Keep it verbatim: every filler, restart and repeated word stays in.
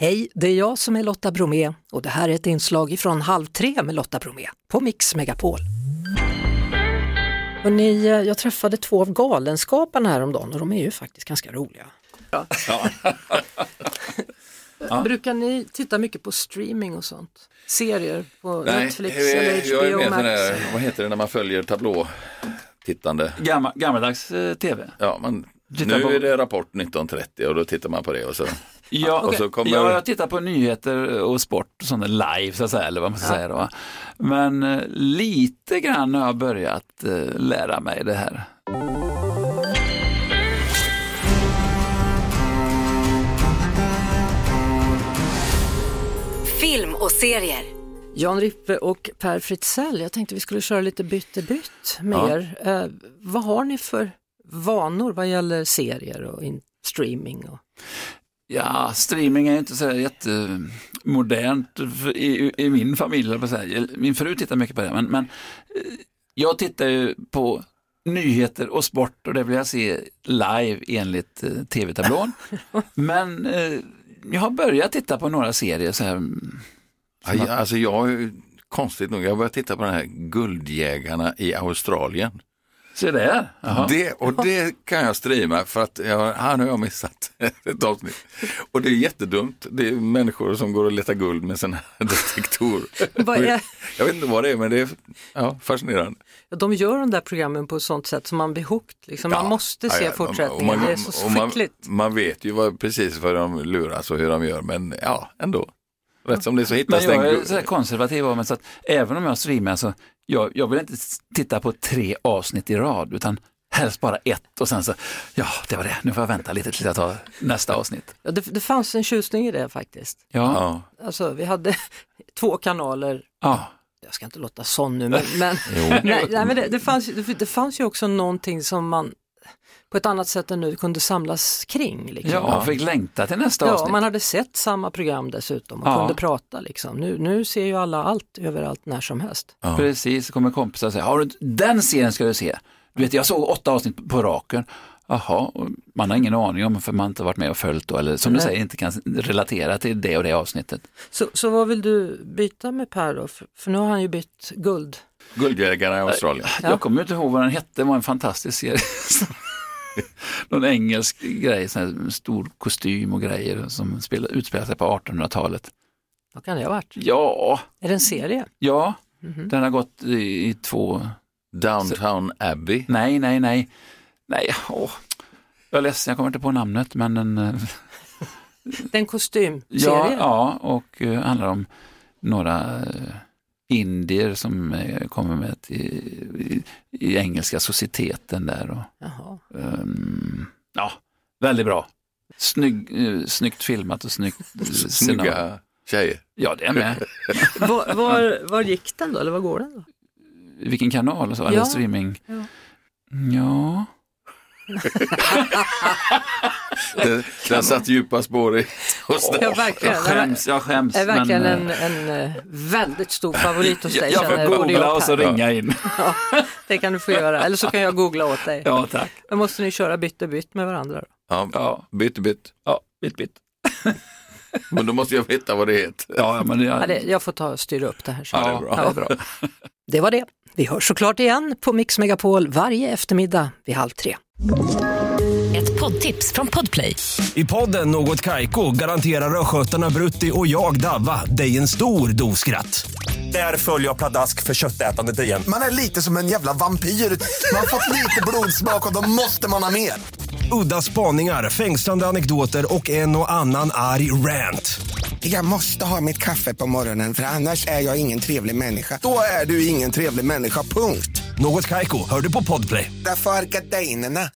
Hej, det är jag som är Lotta Bromé och det här är ett inslag ifrån Halv tre med Lotta Bromé på Mix Megapol. Och ni, jag träffade två av galenskaparna här om dagen och de är ju faktiskt ganska roliga. Ja. Ja. Brukar ni titta mycket på streaming och sånt? Serier på Nej, Netflix jag, eller H B O jag är med Max? Här, vad heter det när man följer tablå-tittande? Gammal, gammaldags eh, tv. Ja, man, nu på... är det Rapport nitton trettio och då tittar man på det och så... Ja, och så kommer... ja, jag tittar på nyheter och sport och sånt live så att säga, eller vad man ska ja. säga då. Men eh, lite grann har jag börjat eh, lära mig det här. Film och serier. Jan Rippe och Per Fritzell, jag tänkte vi skulle köra lite bytte-bytt med ja. er. Eh, vad har ni för vanor vad gäller serier och in- streaming? Och... Ja, streaming är inte så jättemodernt i, i min familj. Min fru tittar mycket på det, men, men jag tittar ju på nyheter och sport och det vill jag se live enligt uh, tv-tablån. Men uh, jag har börjat titta på några serier så här. Ja, jag, alltså jag, konstigt nog, jag har börjat titta på den här Guldjägarna i Australien. Så det är. Det, och det kan jag streama för att jag, här har jag missat ett avsnitt. Och det är jättedumt. Det är människor som går och letar guld med sån här detektor. Jag, jag vet inte vad det är, men det är ja, fascinerande. Ja, de gör de där programmen på ett sånt sätt som man blir hooked. Liksom. Man ja, måste se ja, fortsättningen. Man, det är så skickligt. Man, man vet ju vad, precis vad de luras och hur de gör, men ja, ändå. Rätt som det så hittas men jag är så konservativ av mig så att även om jag streamar så jag, jag vill inte titta på tre avsnitt i rad utan helst bara ett och sen så ja det var det, nu får jag vänta lite till att ta nästa avsnitt. Ja, det, det fanns en tjusning i det faktiskt. Ja. ja. Alltså vi hade två kanaler. Ja. Jag ska inte låta sån nu men, men, nej, nej, men det, det, fanns, det, det fanns ju också någonting som man på ett annat sätt än nu kunde samlas kring. Liksom. Ja, man fick längta till nästa ja, avsnitt. Ja, man hade sett samma program dessutom och ja. kunde prata. Liksom. Nu, nu ser ju alla allt överallt när som helst. Ja. Precis, så kommer kompisar och säger, har du, den serien ska du se. Du vet, jag såg åtta avsnitt på raken. Jaha, man har ingen aning om för man inte varit med och följt då, eller som Nej. du säger inte kan relatera till det och det avsnittet. Så, så vad vill du byta med Per då? För, för nu har han ju bytt guld. Guldjägarna i Australien. Ja. Jag kommer inte ihåg vad den hette, det var en fantastisk serie. Någon engelsk grej, sån här stor kostym och grejer som spelar, utspelar sig på artonhundratalet. Vad kan det ha varit? Ja. Är det en serie? Ja, mm-hmm. Den har gått i, i två... Downton Abbey? Nej, nej, nej. Nej, åh. Jag är ledsen, jag kommer inte på namnet, men en... Den kostymserie? Ja, ja, och uh, handlar om några... Uh, indier som eh, kommer med till, i, i engelska societeten där. Och, um, ja, väldigt bra. Snygg, uh, snyggt filmat och snyggt. Snygga tjejer. Ja, det är med. var, var, var gick den då? Eller var går den då? Vilken kanal och så? Ja. Eller streaming? Ja. ja. den, den satt djupa spår i hos oh, jag, verkligen, jag skäms, jag skäms. är verkligen men, en, en väldigt stor favorit hos dig. Jag får googla och så ringa in. Ja, det kan du få göra. Eller så kan jag googla åt dig. Ja, tack. Men måste ni köra bytt och bytt med varandra då? Ja, ja. bytt och bytt. Ja, bytt bytt. Men då måste jag veta vad det heter. Ja, men det, ja, det, jag får ta och styra upp det här. Så. Ja, det är bra. Ja, det är bra. Det var det. Vi hörs såklart igen på Mix Megapol varje eftermiddag vid halv tre. Ett poddtips från Podplay. I podden Något Kaiko garanterar röskötarna Brutti och jag Davva dig en stor doskratt. Där följer jag pladask för köttätandet igen. Man är lite som en jävla vampyr. Man har fått lite blodsmak och då måste man ha mer. Udda spaningar, fängslande anekdoter och en och annan arg rant. Jag måste ha mitt kaffe på morgonen för annars är jag ingen trevlig människa. Då är du ingen trevlig människa, punkt. Något Kaiko, hör du på Podplay. Därför är gardinerna.